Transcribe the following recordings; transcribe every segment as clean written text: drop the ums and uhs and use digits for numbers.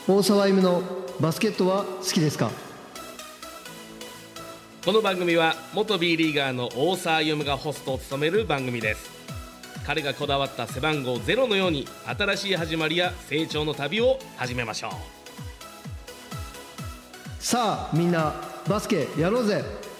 大沢歩のバスケットは好きですか？ この番組は元 B リーガーの大沢歩がホストを務める番組です。彼がこだわった背番号0のように新しい始まりや成長の旅を始めましょう。 さあみんなバスケやろうぜ。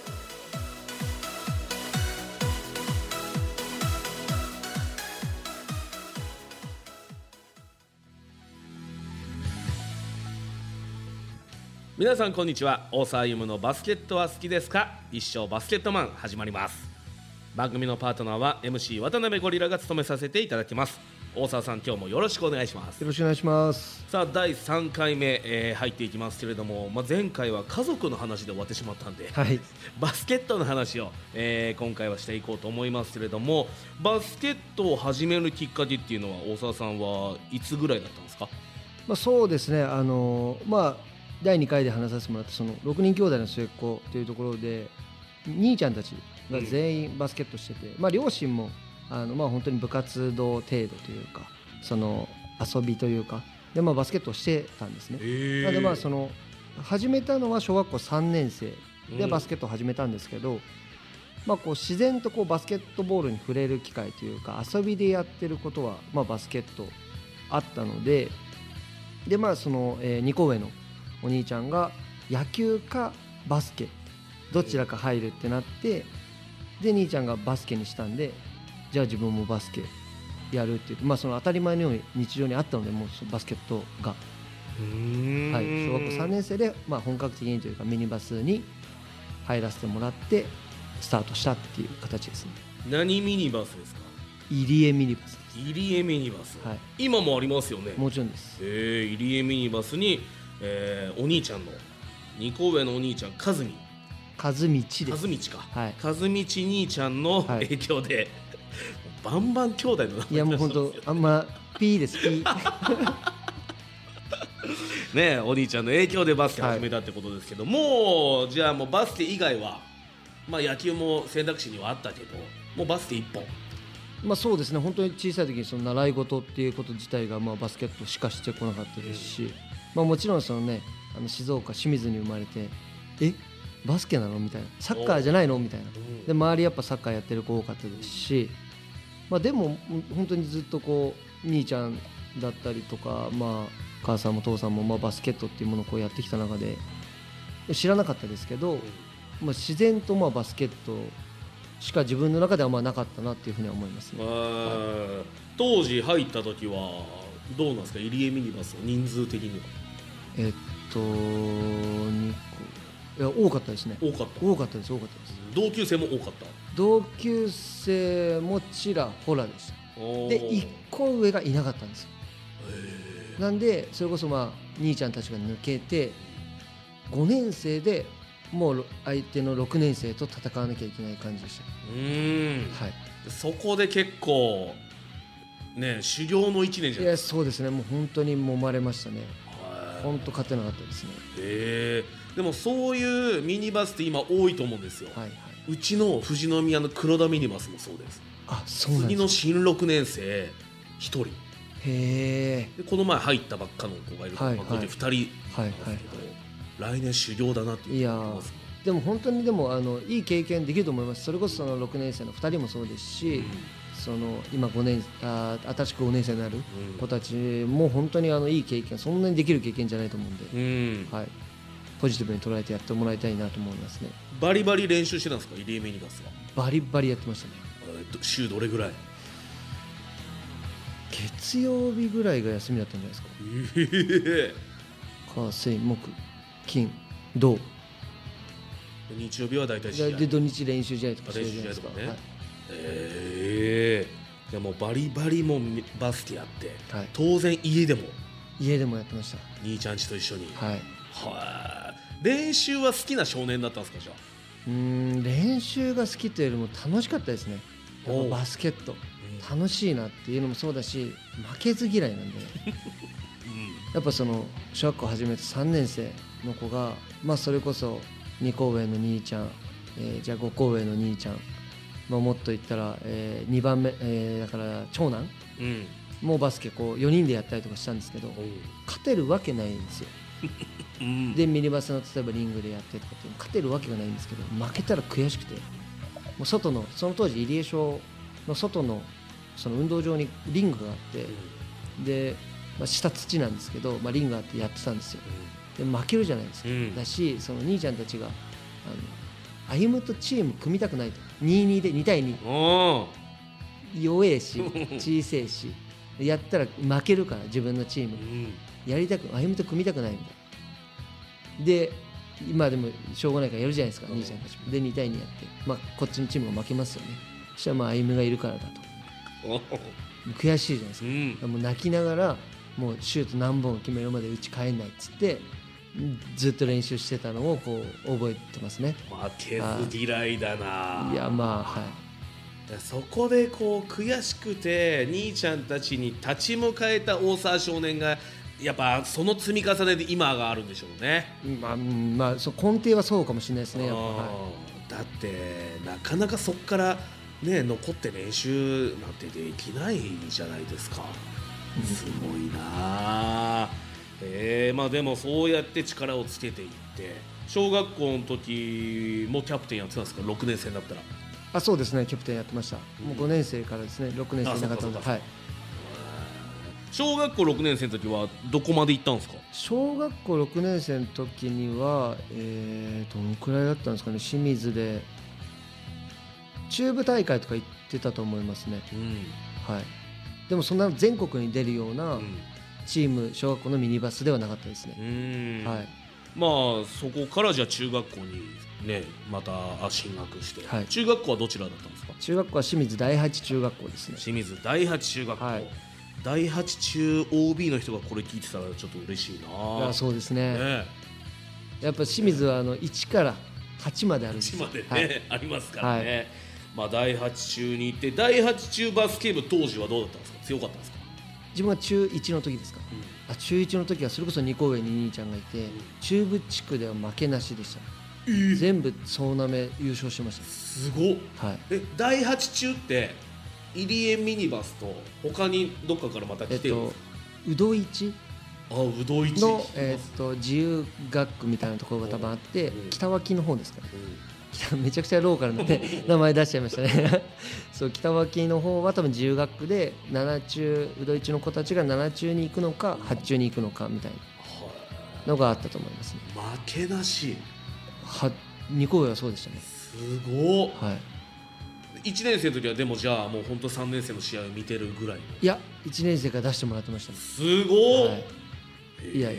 皆さんこんにちは。大沢歩のバスケットは好きですか？一生バスケットマン始まります。番組のパートナーは MC 渡辺ゴリラが務めさせていただきます。大沢さん、今日もよろしくお願いします。 よろしくお願いします。 さあ第3回目、入っていきますけれども、前回は家族の話で終わってしまったんで、 はい、 バスケットの話を、今回はしていこうと思いますけれども、バスケットを始めるきっかけっていうのは大沢さんはいつぐらいだったんですか？ そうですね、第2回で話させてもらったその6人兄弟の末っ子というところで兄ちゃんたちが全員バスケットしてて、両親も本当に部活動程度というかその遊びというかで、バスケットをしてたんですね。なのでその始めたのは小学校3年生でバスケットを始めたんですけど、こう自然とこうバスケットボールに触れる機会というか遊びでやってることはバスケットあったので、その、2個上のお兄ちゃんが野球かバスケどちらか入るってなって、で兄ちゃんがバスケにしたんで、じゃあ自分もバスケやるっていう、その当たり前のように日常にあったので、もうバスケットがはい、小学校3年生で、本格的にというかミニバスに入らせてもらってスタートしたっていう形ですね。 何ミニバスですか？ 入江ミニバスです。 入江ミニバス、 はい、 今もありますよね。 もちろんです。 入江ミニバスに、お兄ちゃんの2個上のお兄ちゃん和道か、 はい、和道兄ちゃんの影響で、バンバン兄弟の名前。 いやもう本当あんまピーですピーね、お兄ちゃんの影響でバスケ始めたってことですけど、もうじゃあもうバスケ以外は、野球も選択肢にはあったけど、もうバスケ一本。 そうですね、本当に小さい時にその習い事っていうこと自体がバスケットしかしてこなかったですし、もちろんそのね、静岡清水に生まれてバスケなのみたいな、サッカーじゃないのみたいなで、周りやっぱサッカーやってる子多かったですし、でも本当にずっとこう兄ちゃんだったりとか、母さんも父さんもバスケットっていうものをこうやってきた中で知らなかったですけど、自然とバスケットしか自分の中ではなかったなっていうふうには思いますね。 当時入った時はどうなんですか？入江ミニバスの人数的には。 2個、いや多かったですね。多かったです。 同級生も多かった？ 同級生もちらほらでした。で1個上がいなかったんですよ。なんでそれこそ兄ちゃんたちが抜けて5年生でもう相手の6年生と戦わなきゃいけない感じでした。はい、 そこで結構ね、修行の1年じゃないですか。 いやそうですね、もう本当に揉まれましたね。本当勝てなかったですね。 でもそういうミニバスって今多いと思うんですよ。うちの富士宮の黒田ミニバスもそうです。 そうなんです。 次の新6年生1人でこの前入ったばっかの子がいるから、これで2人なんですけど、来年修行だなっていう思います。 でも本当にいい経験できると思います。それこそその6年生の2人もそうですし、その今新しく5年生になる子たちも本当にいい経験、そんなにできる経験じゃないと思うんで、ポジティブに捉えてやってもらいたいなと思いますね。 バリバリ練習してたんですか？入江ミニバスはバリバリやってましたね。 週どれぐらい？ 月曜日ぐらいが休みだったんじゃないですか。火水木金土、 日曜日は大体試合で土日練習試合とかしてるじゃないですか。 じゃあもうバリバリもバスケやって、当然家でもやってました。 兄ちゃんちと一緒に。練習は好きな少年だったんですか？じゃあ練習が好きというよりも楽しかったですね。バスケット楽しいなっていうのもそうだし、負けず嫌いなんでやっぱその小学校始めた3年生の子が、それこそ2個上の兄ちゃん、じゃあ5個上の兄ちゃん、もっと言ったら、2番目、だから長男もうバスケこう4人でやったりとかしたんですけど、勝てるわけないんですよ。でミニバスの例えばリングでやってとかって勝てるわけがないんですけど、負けたら悔しくて、もう外のその当時入江小の外のその運動場にリングがあって、で、下土なんですけど、リングがあってやってたんですよ。で負けるじゃないですか、だしその兄ちゃんたちが歩夢とチーム組みたくないと、2-2で2対2、弱えし小せえしやったら負けるから自分のチーム、やりたく歩夢と組みたくないみたいな。で今でもしょうがないからやるじゃないですか、兄ちゃんたちも。で2対2やって、こっちのチームが負けますよね。そしたら歩夢がいるからだと悔しいじゃないですか、もう泣きながらもうシュート何本決めるまでうち帰んないっつってずっと練習してたのをこう覚えてますね。 負けず嫌いだな。 いやそこでこう悔しくて兄ちゃんたちに立ち向かえた大沢少年がやっぱその積み重ねで今があるんでしょうね。 そう根底はそうかもしれないですね。やっぱ、 だってなかなかそこからね残って練習なんてできないじゃないですか。すごいな。でもそうやって力をつけていって、小学校の時もキャプテンやってたんですか？6年生になったら。 そうですね、キャプテンやってました。もう5年生からですね、6年生になかったので。はい。 小学校6年生の時はどこまで行ったんですか？ 小学校6年生の時にはどのくらいだったんですかね。清水で中部大会とか行ってたと思いますね。はい。でもそんな全国に出るようなチーム、小学校のミニバスではなかったですね。はい。 そこからじゃあ中学校にねまた進学して、中学校はどちらだったんですか？ 中学校は清水第八中学校ですね。 清水第八中学校、第八中 OB の人がこれ聞いてたらちょっと嬉しいな。 いやそうですね。やっぱ清水は1から8まであるんです。 8までね、ありますからね。第八中に行って、第八中バスケ部当時はどうだったんですか？強かったんですか？ 自分は中1の時ですか？中1の時はそれこそ2個上に兄ちゃんがいて、中部地区では負けなしでした。全部総なめ優勝してました。 すごっ。第八中って入江ミニバスと他にどっかからまた来てるんですか？ うど一うど一の、自由学区みたいなところが多分あって、北脇の方ですかね。めちゃくちゃローカルな名前出しちゃいましたねそう、北脇の方は多分自由学区で7中うど一の子たちが7中に行くのか8中に行くのかみたいなのがあったと思いますね。 負けなし 2個上はそうでしたね。 すごっ。1年生の時はでもじゃあもう本当3年生の試合を見てるぐらいの。 いや1年生から出してもらってましたね。 すごっ。 いや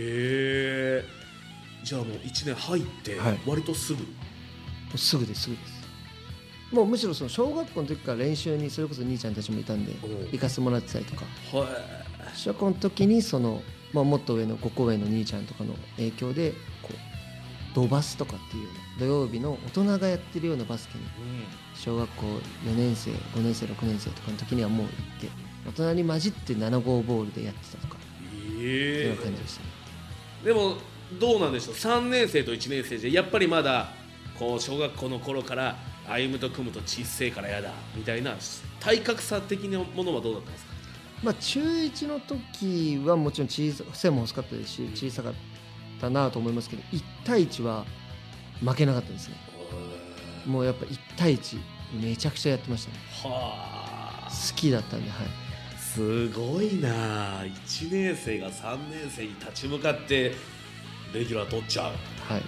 じゃあもう1年入って割とすぐ、 すぐです。もうむしろその小学校の時から練習にそれこそ兄ちゃんたちもいたんで行かせてもらってたりとか、小学校の時にその、もっと上の5個上の兄ちゃんとかの影響でこうドバスとかっていう土曜日の大人がやってるようなバスケに小学校4年生5年生6年生とかの時にはもう行って大人に混じって7号ボールでやってたとかっていうような感じでしたね。 でもどうなんでしょう、3年生と1年生じゃやっぱりまだこう小学校の頃から歩夢と組むと小さいからやだみたいな体格差的なものはどうだったんですか？ 中1の時はもちろん背も細かったですし小さかったなと思いますけど、1対1は負けなかったですね。もうやっぱ1対1めちゃくちゃやってましたね。好きだったんで。 すごいな。1年生が3年生に立ち向かってレギュラー取っちゃう。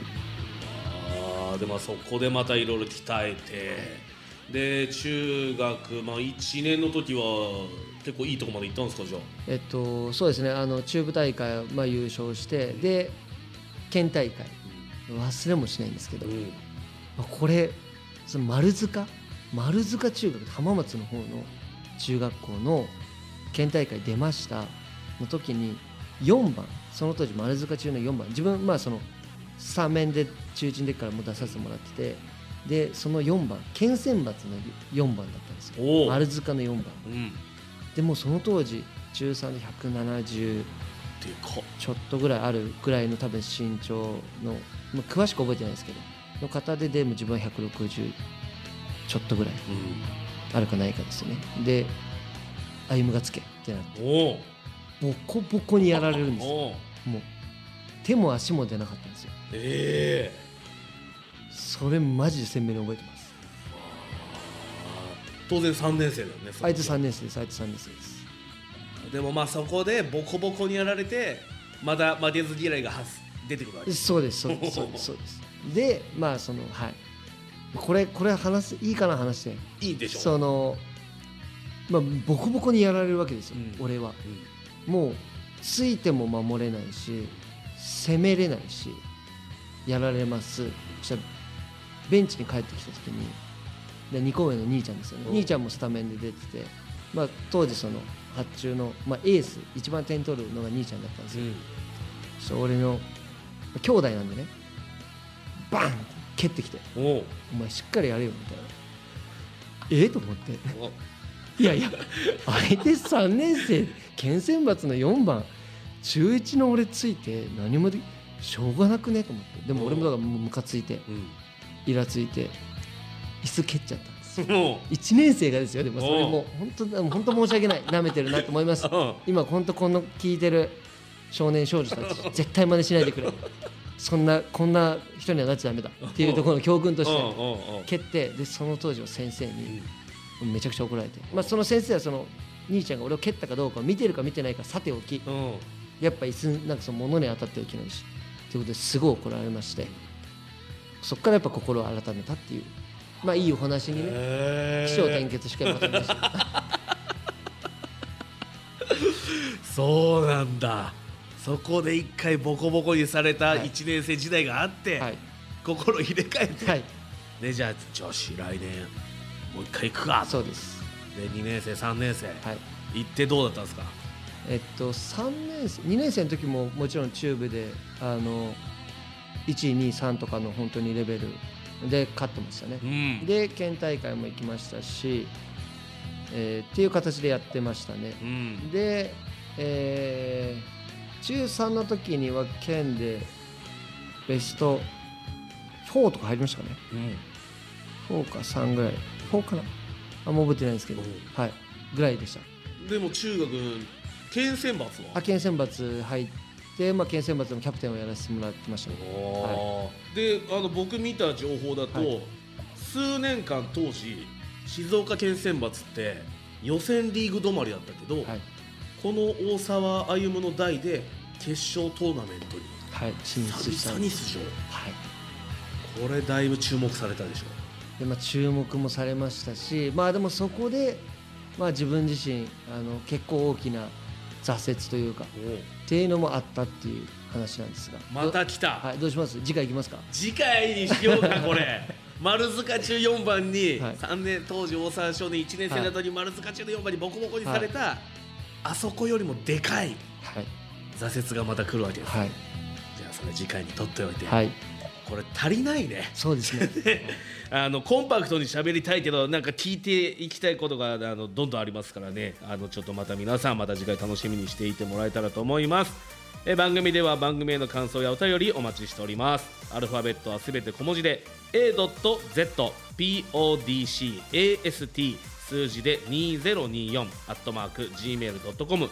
でそこでまたいろいろ鍛えて、で中学、1年の時は結構いいとこまで行ったんですか？じゃあそうですね、中部大会は優勝して、で県大会忘れもしないんですけど、これその丸塚中学浜松の方の中学校の県大会出ましたの時に4番、その当時丸塚中の4番、自分そのスタメンで中1の時からも出させてもらってて、でその4番県選抜の4番だったんですよ、丸塚の4番、でもうその当時中3で170ちょっとぐらいあるぐらいの多分身長の、詳しく覚えてないですけどの方でも自分は160ちょっとぐらいあるかないかですよね。で歩夢がつけってなっておボコボコにやられるんですよ。 おもう手も足も出なかったんですよ。それマジで鮮明に覚えてます。 当然3年生だよね。 相手3年生です。相手3年生です。 でもまあそこでボコボコにやられてまた負けず嫌いが出てくるわけです。 そうですそうですそうですそうです。でまあそのはいこれ話すいいかな話していいでしょう。 そのまあボコボコにやられるわけですよ、俺は、もうついても守れないし攻めれないしやられます。そしたらベンチに帰ってきた時にで2個上の兄ちゃんですよね。兄ちゃんもスタメンで出てて、まあ、当時その発注の、まあ、エース一番点取るのが兄ちゃんだったんですよ、そしたら俺の兄弟なんでねバンって蹴ってきてお前しっかりやれよみたいなと思っていやいや相手3年生県選抜の4番中1の俺ついて何もしょうがなくねと思って。でも俺もだからムカついてイラついて椅子蹴っちゃったんですよ。1年生がですよ。でもそれも本当申し訳ないなめてるなと思います。今本当この聞いてる少年少女たち絶対真似しないでくれこんな人にはなっちゃダメだっていうところの教訓として蹴ってでその当時の先生にめちゃくちゃ怒られて、まあ、その先生はその兄ちゃんが俺を蹴ったかどうかを見てるか見てないかさておきやっぱ椅子なんかその物に当たってはいけないしということですごい怒られまして、そこからやっぱ心を改めたっていうまあいいお話にね起承転結しかまとめましたそうなんだ。そこで一回ボコボコにされた1年生時代があって、はい、心入れ替えて、はい、でじゃあ女子来年もう一回行くか。 そうです。 で2年生3年生、はい、行ってどうだったんですか。 3年生2年生の時ももちろん中部で1、2、3とかの本当にレベルで勝ってましたね、で県大会も行きましたし、っていう形でやってましたね、で、中3の時には県でベスト4とか入りましたかね、4か3ぐらい4かなもう覚えてないんですけど、はいぐらいでした。 でも中学県選抜は県選抜入って、まあ、県選抜でもキャプテンをやらせてもらってましたね、 で僕見た情報だと、数年間当時静岡県選抜って予選リーグ止まりだったけど、この大沢歩夢の代で決勝トーナメントに進出した久々に出場、これだいぶ注目されたでしょ。 で、まあ、注目もされましたし、まあ、でもそこで、まあ、自分自身結構大きな挫折というかっていうのもあったっていう話なんですが。 また来た、 どうします？次回いきますか？ 次回にしようかこれ丸塚中4番に、3年当時大沢少年1年生だったに丸塚中の4番にボコボコにされた、あそこよりもでかい挫折がまた来るわけです、じゃあそれ次回に取っておいて、これ足りないね。 そうですねコンパクトに喋りたいけどなんか聞いていきたいことがどんどんありますからね、ちょっとまた皆さんまた次回楽しみにしていてもらえたらと思います。番組では番組への感想やお便りお待ちしております。アルファベットはすべて小文字で a.z.podcast 数字で2024 @gmail.com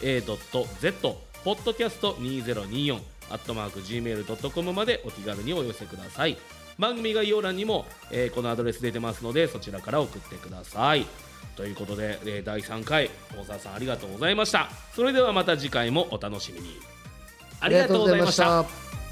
a.z.podcast2024 @gmail.com までお気軽にお寄せください。番組概要欄にも、このアドレス出てますのでそちらから送ってください。ということで、第3回大沢さんありがとうございました。それではまた次回もお楽しみに。ありがとうございました。